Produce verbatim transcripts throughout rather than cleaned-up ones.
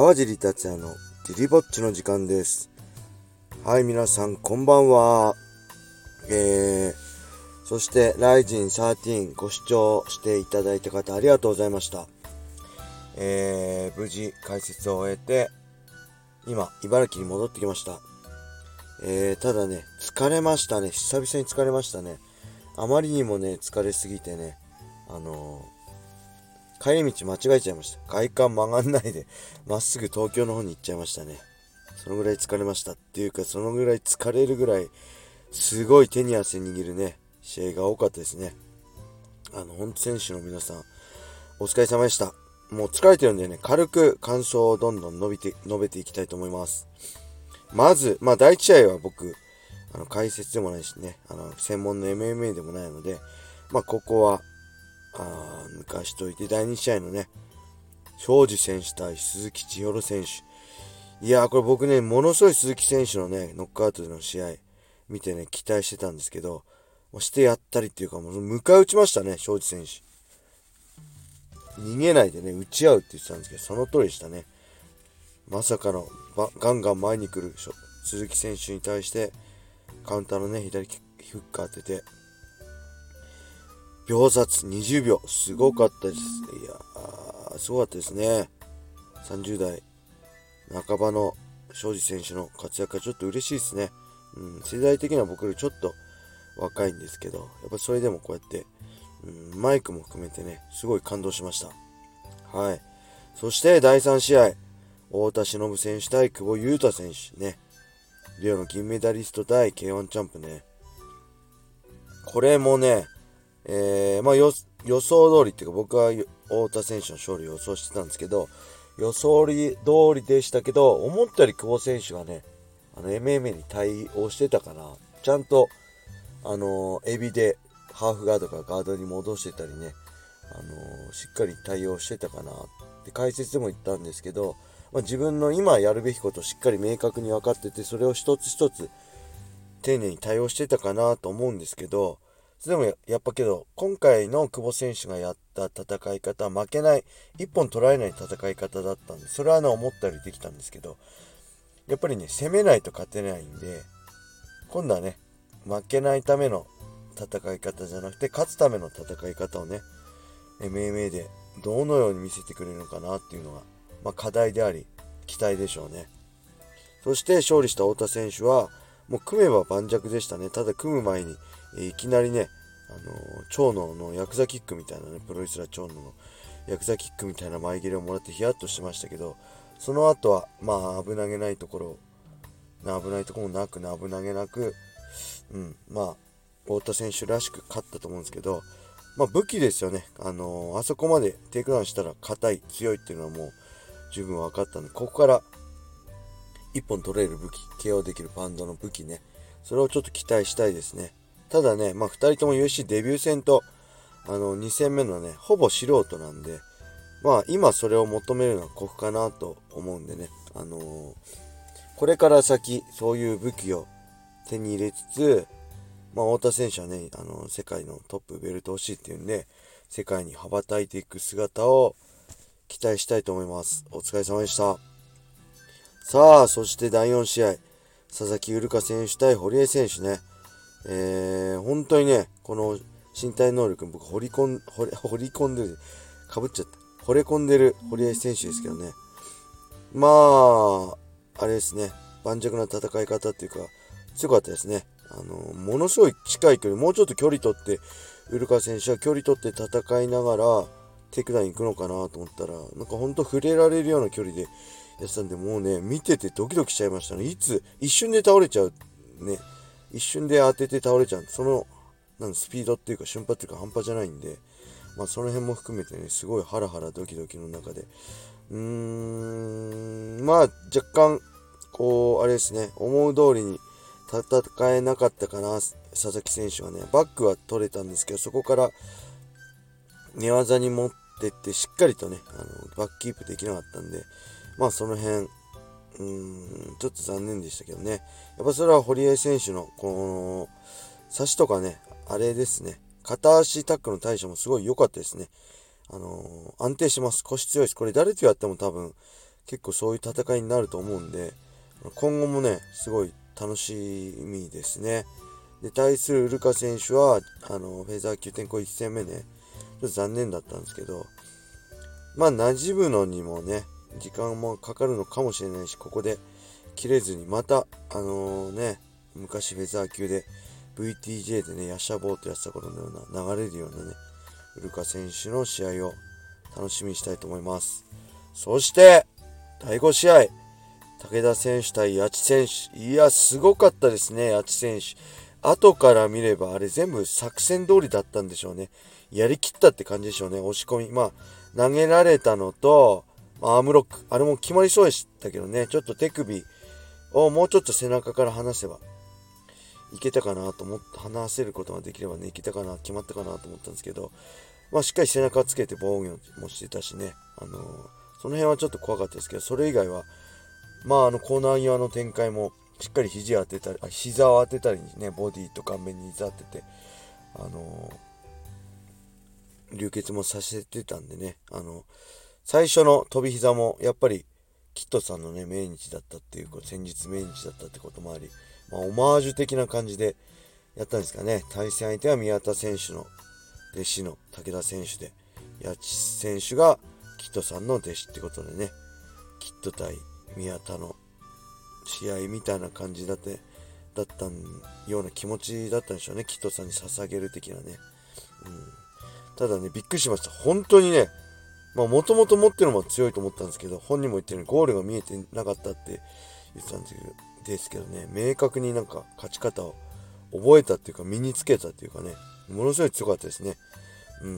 川尻達也のジリぼっちの時間です。はい、皆さんこんばんは。えー、そしてライジンじゅうさんご視聴していただいた方ありがとうございました。えー、無事解説を終えて今茨城に戻ってきました。えー、ただね疲れましたね。久々に疲れましたね。あまりにもね疲れすぎてね、あのー帰り道間違えちゃいました。外観曲がんないでまっすぐ東京の方に行っちゃいましたね。そのぐらい疲れましたっていうか、そのぐらい疲れるぐらいすごい手に汗握るね試合が多かったですね。あの本当選手の皆さんお疲れ様でした。もう疲れてるんでね、軽く感想をどんどん述べて述べていきたいと思います。まずまあ第一試合は僕あの解説でもないしね、あの専門の エムエムエー でもないので、まあここはあ抜かしといて、だいに試合のね庄司選手対鈴木千尋選手、いやーこれ僕ねものすごい鈴木選手のねノックアウトでの試合見てね期待してたんですけど、してやったりっていうか、もう迎え撃ちましたね。庄司選手逃げないでね打ち合うって言ってたんですけど、その通りでしたね。まさかのガンガン前に来る鈴木選手に対してカウンターのね左フック当てて秒殺にじゅうびょう、すごかったです。いやーすごかったですね。さんじゅう代半ばの庄司選手の活躍がちょっと嬉しいですね。うん、世代的には僕よりちょっと若いんですけど、やっぱそれでもこうやって、うん、マイクも含めてねすごい感動しました。はい。そしてだいさん試合、太田忍選手対久保優太選手ね、リオの銀メダリスト対 ケーワン チャンプね。これもねえー、まあ予想通りっていうか、僕は太田選手の勝利を予想してたんですけど、予想通りでしたけど、思ったより久保選手がねあの エムエムエー に対応してたから、ちゃんとあのー、エビでハーフガードからガードに戻してたりね、あのー、しっかり対応してたかなって解説でも言ったんですけど、まあ、自分の今やるべきことをしっかり明確に分かってて、それを一つ一つ丁寧に対応してたかなと思うんですけど、でもやっぱけど今回の久保選手がやった戦い方は負けない、一本取られない戦い方だったんで、それはね思ったよりできたんですけど、やっぱりね攻めないと勝てないんで、今度はね負けないための戦い方じゃなくて勝つための戦い方をね エムエムエー でどのように見せてくれるのかなっていうのが、まあ、課題であり期待でしょうね。そして勝利した太田選手はもう組めば盤石でしたね。ただ組む前に、えー、いきなりねあのー、長野のヤクザキックみたいなね、プロレスラー長野のヤクザキックみたいな前切れをもらってヒヤッとしてましたけど、その後はまあ危なげないところな危ないところもなくな危なげなく、うんまあ太田選手らしく勝ったと思うんですけど、まあ武器ですよね。あのー、あそこまでテイクダウンしたら硬い強いっていうのはもう十分分かったので、ここからいっぽん取れる武器、ケーオー できるバンドの武器ね、それをちょっと期待したいですね。ただね、まあふたりとも ユーエフシー デビュー戦とあのに戦目のねほぼ素人なんで、まあ今それを求めるのは酷かなと思うんでね、あのー、これから先そういう武器を手に入れつつ、まあ太田選手はねあの世界のトップベルト欲しいっていうんで、世界に羽ばたいていく姿を期待したいと思います。お疲れ様でした。さあ、そしてだいよん試合、佐々木うか選手対堀江選手ね。えー、本当にね、この身体能力、僕、掘り込ん、掘り、掘り込んでる、かぶっちゃった。惚れ込んでる堀江選手ですけどね。まあ、あれですね、盤石な戦い方っていうか、強かったですね。あの、ものすごい近い距離、もうちょっと距離取って、ウルカ選手は距離取って戦いながら、テイクダウン行くのかなと思ったら、なんかほんと触れられるような距離で、やってたんで、もうね見ててドキドキしちゃいましたね。いつ一瞬で倒れちゃうね、一瞬で当てて倒れちゃう、そのなんスピードっていうか瞬発っていうか半端じゃないんで、まあその辺も含めてねすごいハラハラドキドキの中で、うーんまあ若干こうあれですね、思う通りに戦えなかったかな。佐々木選手はねバックは取れたんですけど、そこから寝技に持ってってしっかりとねあのバックキープできなかったんで、まあその辺うーんちょっと残念でしたけどね。やっぱそれは堀江選手のこの差しとかね、あれですね、片足タックの対処もすごい良かったですね。あのー、安定します。腰強いです。これ誰とやっても多分結構そういう戦いになると思うんで、今後もね、すごい楽しみですね。で、対するウルカ選手は、あの、フェザー級転向いち戦目ね、ちょっと残念だったんですけど、まあ、馴染むのにもね、時間もかかるのかもしれないし、ここで切れずに、また、あのー、ね、昔フェザー級で ブイティージェー でね、ヤシャボーとやってた頃のような流れるようなね、ウルカ選手の試合を楽しみにしたいと思います。そして、だいご試合、武田選手対八千選手。いや、すごかったですね、八千選手。後から見れば、あれ全部作戦通りだったんでしょうね。やりきったって感じでしょうね、押し込み。まあ、投げられたのと、アームロック。あれも決まりそうでしたけどね、ちょっと手首をもうちょっと背中から離せば、いけたかなと思って、離せることができればね、いけたかな、決まったかなと思ったんですけど、まあ、しっかり背中つけて防御もしてたしね、あのー、その辺はちょっと怖かったですけど、それ以外は、まあ、あの、コーナー際の展開も、しっかり肘当てたり、あ、膝を当てたりね、ボディと顔面に膝当てて、あのー、流血もさせてたんでね、あの、最初の飛び膝も、やっぱり、キッドさんのね、命日だったっていう、先日命日だったってこともあり、まあ、オマージュ的な感じでやったんですかね。対戦相手は宮田選手の弟子の武田選手で、八千選手がキッドさんの弟子ってことでね、キッド対宮田の試合みたいな感じだってだったような気持ちだったんでしょうね。キッドさんに捧げる的なね、うん、ただね、びっくりしました。本当にね、まあもともと持ってるのも強いと思ったんですけど、本人も言ってるようにゴールが見えてなかったって言ってたんですけどですけどね、明確になんか勝ち方を覚えたっていうか身につけたっていうかね、ものすごい強かったですね。うん、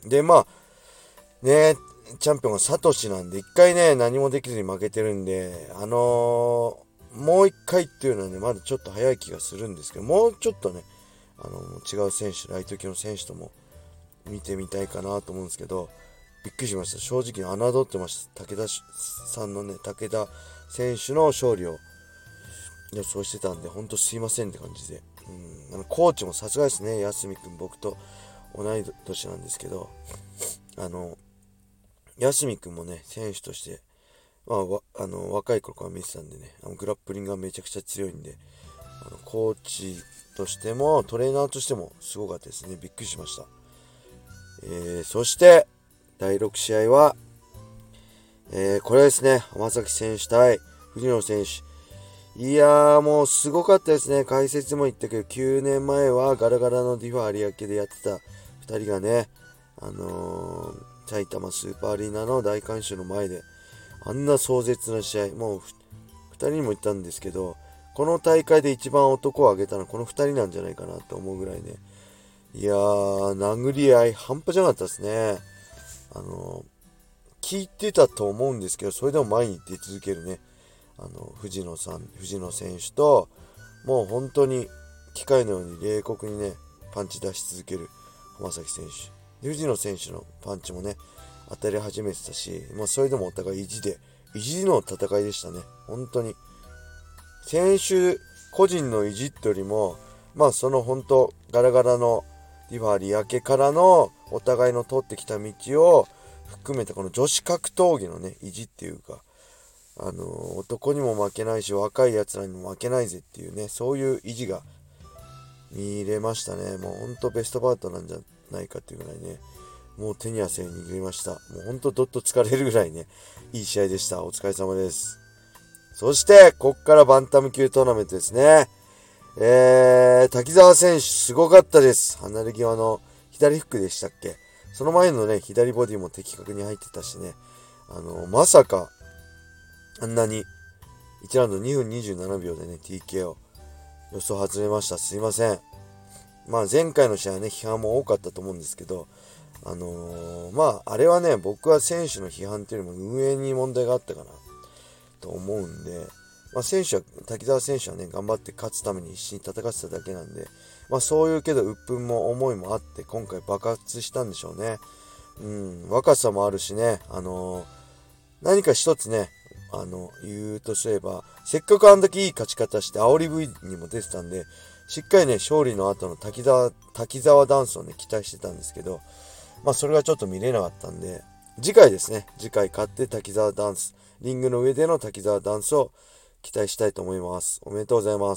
でまあね、チャンピオンがサトシなんで、一回ね、何もできずに負けてるんで、あのー、もう一回っていうのはね、まだちょっと早い気がするんですけど、もうちょっとね、あのー、違う選手、ライト級の選手とも見てみたいかなと思うんですけど、びっくりしました。正直侮ってました。武田さんのね、武田選手の勝利を予想してたんで、ほんとすいませんって感じで。うん、あのコーチもさすがですね、安見くん、僕と同い年なんですけど、あの、安見くんもね、選手として、まあ、わあの若い頃から見てたんでね、あのグラップリングがめちゃくちゃ強いんで、あのコーチとしてもトレーナーとしてもすごかったですね。びっくりしました。えー、そしてだいろく試合は、えー、これですね、浜崎選手対藤野選手。いやーもうすごかったですね。解説も言ったけど、きゅうねんまえはガラガラのディファ有明でやってたふたりがね、あのー、埼玉スーパーアリーナの大観衆の前であんな壮絶な試合、もうふたりにも言ったんですけど、この大会で一番男を挙げたのはこのふたりなんじゃないかなと思うぐらいね、いやー殴り合い半端じゃなかったですね。あのー、聞いてたと思うんですけど、それでも前に出続けるね、あの藤野さん藤野選手と、もう本当に機械のように冷酷にねパンチ出し続ける浜崎選手で、藤野選手のパンチもね当たり始めてたし、まあ、それでもお互い意地で意地の戦いでしたね。本当に選手個人の意地ってよりも、まあその本当ガラガラのディファ有明からのお互いの通ってきた道を含めて、この女子格闘技のね意地っていうか、あのー、男にも負けないし若いやつらにも負けないぜっていうね、そういう意地が見れましたね。もうほんとベストバウトなんじゃないかっていうぐらいね、もう手に汗を握りました。もうほんとどっと疲れるぐらいね、いい試合でした。お疲れ様です。そしてこっからバンタム級トーナメントですね。えー、滝沢選手すごかったです。離れ際の左フックでしたっけ、その前のね左ボディも的確に入ってたしね、あのー、まさかあんなにいちラウンドにふんにじゅうななびょうでね ティーケー を予想外れました。すいません。まあ前回の試合はね批判も多かったと思うんですけど、あのー、まああれはね、僕は選手の批判というよりも運営に問題があったかなと思うんで、まあ選手は滝沢選手はね頑張って勝つために必死に戦ってただけなんで、まあそういうけど鬱憤も思いもあって今回爆発したんでしょうね。うん、若さもあるしね、あのー、何か一つね、あの言うとすれば、せっかくあんだけいい勝ち方して煽り V にも出てたんで、しっかりね勝利の後の滝沢滝沢ダンスをね期待してたんですけど、まあそれがちょっと見れなかったんで、 次回ですね、次回勝って滝沢ダンス、リングの上での滝沢ダンスを期待したいと思います。おめでとうございます。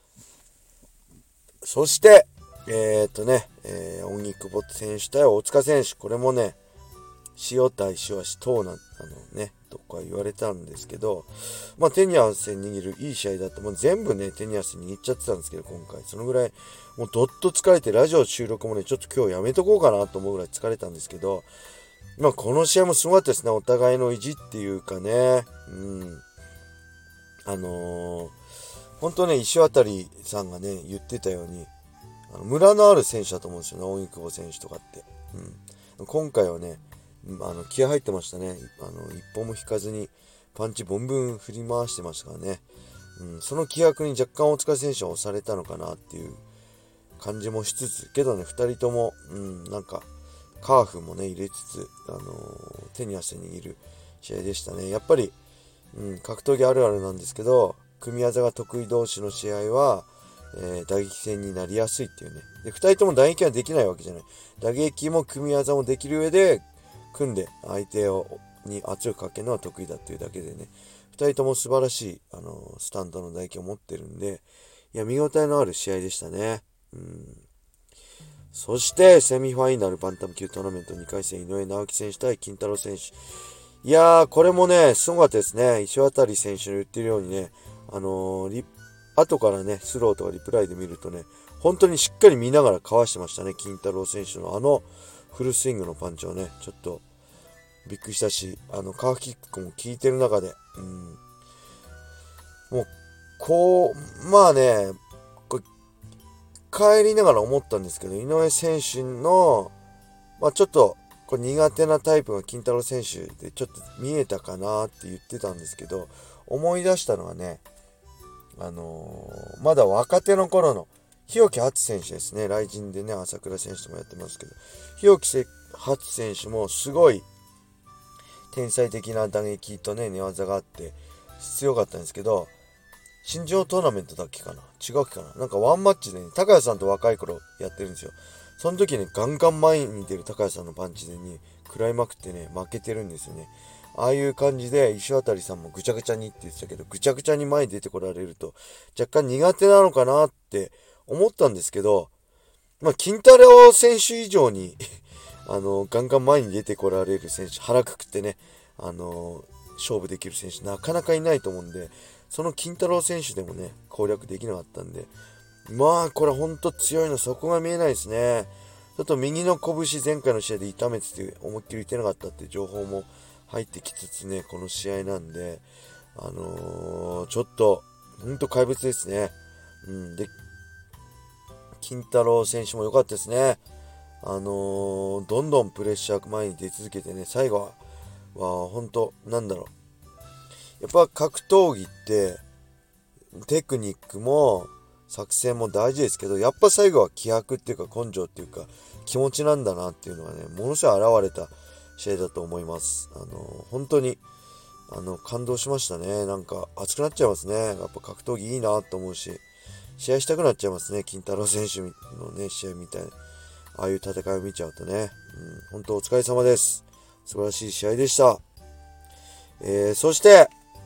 そして、えー、っとね、えー、鬼久保選手対大塚選手、これもね、塩対塩足等な、あのね、とか言われたんですけど、まあ手に汗握るいい試合だった。もう全部ね、手に汗握っちゃってたんですけど、今回。そのぐらい、もうどっと疲れて、ラジオ収録もね、ちょっと今日やめとこうかなと思うぐらい疲れたんですけど、まあこの試合もすごかったですね。お互いの意地っていうかね、うん。あのー、本当ね、石渡さんがね、言ってたように、あの村のある選手だと思うんですよね、大久保選手とかって。うん、今回はね、あの気合入ってましたね。あの一歩も引かずにパンチボンボン振り回してましたからね。うん、その気迫に若干大塚選手は押されたのかなっていう感じもしつつ、けどね、ふたりとも、うん、なんかカーフもね入れつつ、あのー、手に汗握る試合でしたね。やっぱり、うん、格闘技あるあるなんですけど、組み技が得意同士の試合は、えー、打撃戦になりやすいっていうね。で、ふたりとも打撃はできないわけじゃない。打撃も組み技もできる上で、組んで相手をに圧力かけるのは得意だっていうだけでね、ふたりとも素晴らしい、あのー、スタンドの打撃を持ってるんで、いや、見応えのある試合でしたね。うん。そして、セミファイナルバンタム級トーナメントにかい戦、井上直樹選手対金太郎選手。いやー、これもね、すごかったですね。石渡選手の言ってるようにね、あのー、リ後からね、スローとかリプライで見るとね、本当にしっかり見ながらかわしてましたね。金太郎選手のあのフルスイングのパンチをね、ちょっとびっくりしたし、あの、カーフキックも効いてる中で、うん、もう、こう、まあね、これ帰りながら思ったんですけど、井上選手の、まあちょっと、これ苦手なタイプが金太郎選手でちょっと見えたかなって言ってたんですけど、思い出したのはね、あのー、まだ若手の頃の日置初選手ですね。ライジンでね、朝倉選手ともやってますけど、日置初選手もすごい天才的な打撃とね、寝技があって強かったんですけど、新人王トーナメントだっけかな、違うっけかな、なんかワンマッチでね、高谷さんと若い頃やってるんですよ。その時ね、ガンガン前に出る高谷さんのパンチでね、食らいまくってね、負けてるんですよね。ああいう感じで石渡さんもぐちゃぐちゃにって言ってたけど、ぐちゃぐちゃに前に出てこられると若干苦手なのかなって思ったんですけど、まあ、金太郎選手以上にあの、ガンガン前に出てこられる選手、腹くくってね、あの、勝負できる選手なかなかいないと思うんで、その金太郎選手でもね、攻略できなかったんで、まあ、これほんと強いの、そこが見えないですね。ちょっと右の拳前回の試合で痛めてて思いっきり打てなかったっていう情報も入ってきつつね、この試合なんで、あのー、ちょっと、ほんと怪物ですね。うん、で、金太郎選手も良かったですね。あのー、どんどんプレッシャー前に出続けてね、最後は、は本当なんだろう。やっぱ格闘技って、テクニックも作戦も大事ですけど、やっぱ最後は気迫っていうか根性っていうか気持ちなんだなっていうのがね、ものすごい現れた試合だと思います。あのー、本当に、あの、感動しましたね。なんか熱くなっちゃいますね。やっぱ格闘技いいなと思うし、試合したくなっちゃいますね。金太郎選手のね、試合みたいな。ああいう戦いを見ちゃうとね、うん、本当お疲れ様です。素晴らしい試合でした。えー、そして、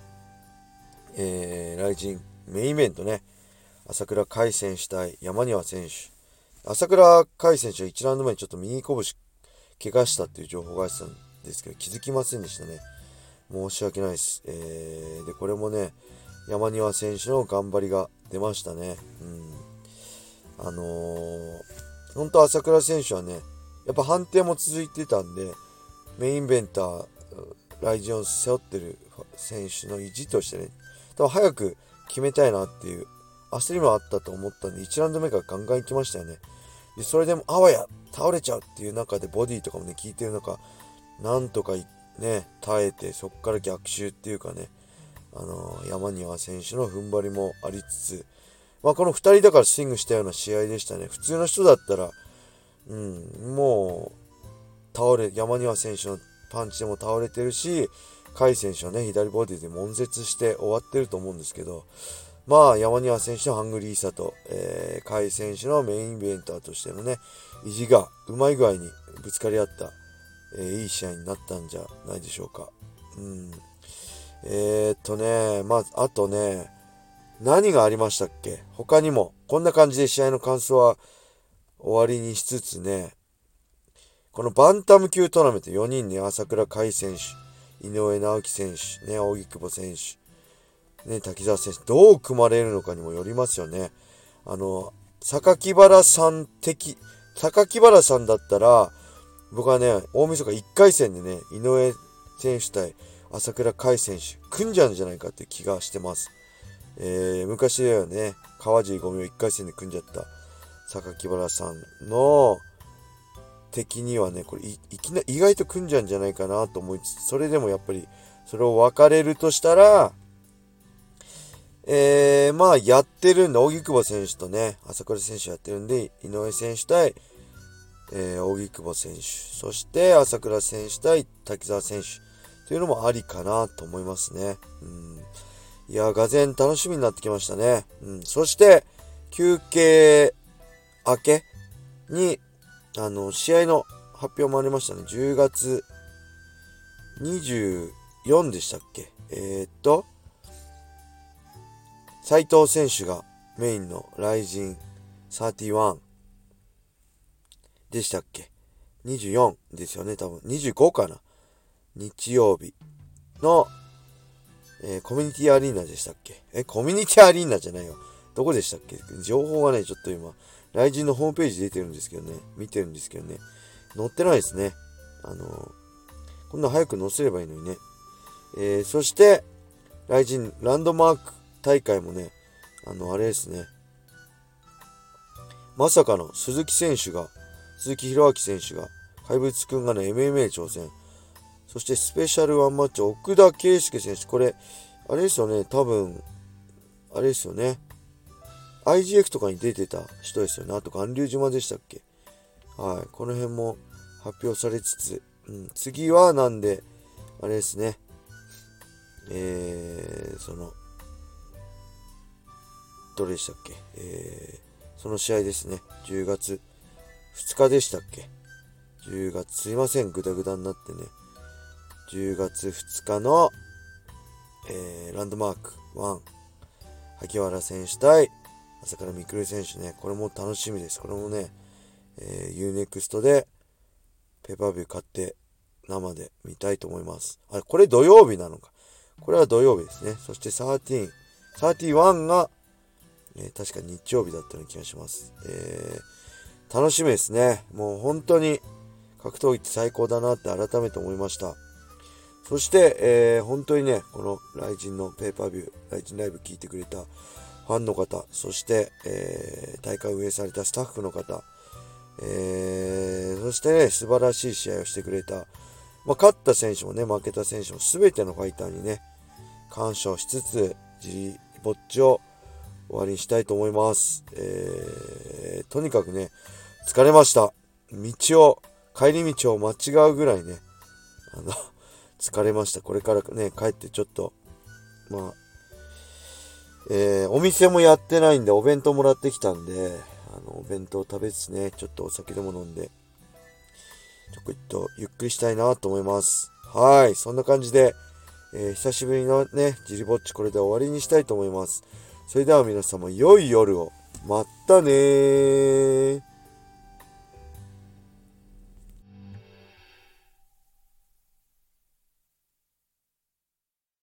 えー、ライジンメインイベントね、朝倉海選手対山庭選手。朝倉海選手はいちラウンド目にちょっと右拳怪我したっていう情報が入ってたんですけど、気づきませんでしたね。申し訳ないです。えー、で、これもね、山庭選手の頑張りが出ましたね。うん。あのー、本当朝倉選手はね、やっぱ判定も続いてたんで、メインイベンター、ライジンを背負ってる選手の意地としてね、多分早く決めたいなっていう焦りもあったと思ったんで、いちラウンド目からガンガン行きましたよね。で、それでもあわや倒れちゃうっていう中でボディとかもね、効いてる中、なんとかね、耐えて、そこから逆襲っていうかね、あのー、山庭選手の踏ん張りもありつつ、まあこのふたりだからスイングしたような試合でしたね。普通の人だったら、うん、もう、倒れ、山庭選手のパンチでも倒れてるし、甲斐選手はね、左ボディで悶絶して終わってると思うんですけど、まあ、山庭選手のハングリーさと、えー、甲斐選手のメインイベンターとしてのね、意地がうまい具合にぶつかり合った、 えー、いい試合になったんじゃないでしょうか。うん。えー、っとね、まあ、あとね、何がありましたっけ？他にも、こんな感じで試合の感想は終わりにしつつね、このバンタム級トーナメントよにんね、朝倉海選手、井上直樹選手、ね、荻久保選手、ね、滝沢選手、どう組まれるのかにもよりますよね。あの、榊原さん的、榊原さんだったら、僕はね、大晦日いっかい戦でね、井上選手対朝倉海選手、組んじゃうんじゃないかって気がしてます。えー、昔ではね、川尻ゴミをいっかい戦で組んじゃった榊原さんの敵にはね、これいいきな意外と組んじゃうんじゃないかなと思いつつ、それでもやっぱり、それを分かれるとしたら、えー、まあやってるんで、荻久保選手とね、朝倉選手やってるんで、井上選手対、えー、荻久保選手、そして朝倉選手対滝沢選手というのもありかなと思いますね。うん、いや、がぜん楽しみになってきましたね。うん、そして、休憩明けに、あの、試合の発表もありましたね。じゅうがつにじゅうよっかでしたっけ？えー、っと、斉藤選手がメインのライジンさんじゅういちでしたっけ？ にじゅうよん ですよね、多分。にじゅうごかな。日曜日の、えー、コミュニティアリーナでしたっけ？え、コミュニティアリーナじゃないよ。どこでしたっけ？情報がね、ちょっと今、ライジンのホームページ出てるんですけどね、見てるんですけどね、載ってないですね。あのー、こんな早く載せればいいのにね。えー、そして、ライジンランドマーク大会もね、あの、あれですね。まさかの鈴木選手が、鈴木宏明選手が、怪物くんがね、エムエムエー 挑戦。そしてスペシャルワンマッチ、奥田圭佑選手。これ、あれですよね、多分、あれですよね。アイジーエフ とかに出てた人ですよね。あと、巌流島でしたっけ？はい。この辺も発表されつつ、うん、次はなんで、あれですね。えー、その、どれでしたっけ？えー、その試合ですね。じゅうがつふつかでしたっけ？ じゅう 月、すいません、ぐだぐだになってね。じゅうがつふつかの、えー、ランドマークいち、萩原選手対朝倉未来選手ね。これも楽しみです。これもね、えー、ユーネクスト でペーパービュー買って生で見たいと思います。あれ、これ土曜日なのか。これは土曜日ですね。そしてじゅうさん、じゅういちが、えー、確か日曜日だったような気がします。えー、楽しみですね。もう本当に格闘技って最高だなって改めて思いました。そして、えー、本当にね、このライジンのペーパービュー、ライジンライブ聞いてくれたファンの方、そして、えー、大会運営されたスタッフの方、えー、そしてね、素晴らしい試合をしてくれた、まあ、勝った選手もね、負けた選手も全てのファイターにね、感謝をしつつ、ジリぼっちを終わりにしたいと思います。えー、とにかくね、疲れました。道を、帰り道を間違うぐらいね、あの、疲れました。これからね、帰ってちょっと、まあ、えー、お店もやってないんで、お弁当もらってきたんで、あの、お弁当食べつつね、ちょっとお酒でも飲んで、ちょっとゆっくりしたいなと思います。はい、そんな感じで、えー、久しぶりのね、ジリぼっちこれで終わりにしたいと思います。それでは皆様、良い夜を。まったねー。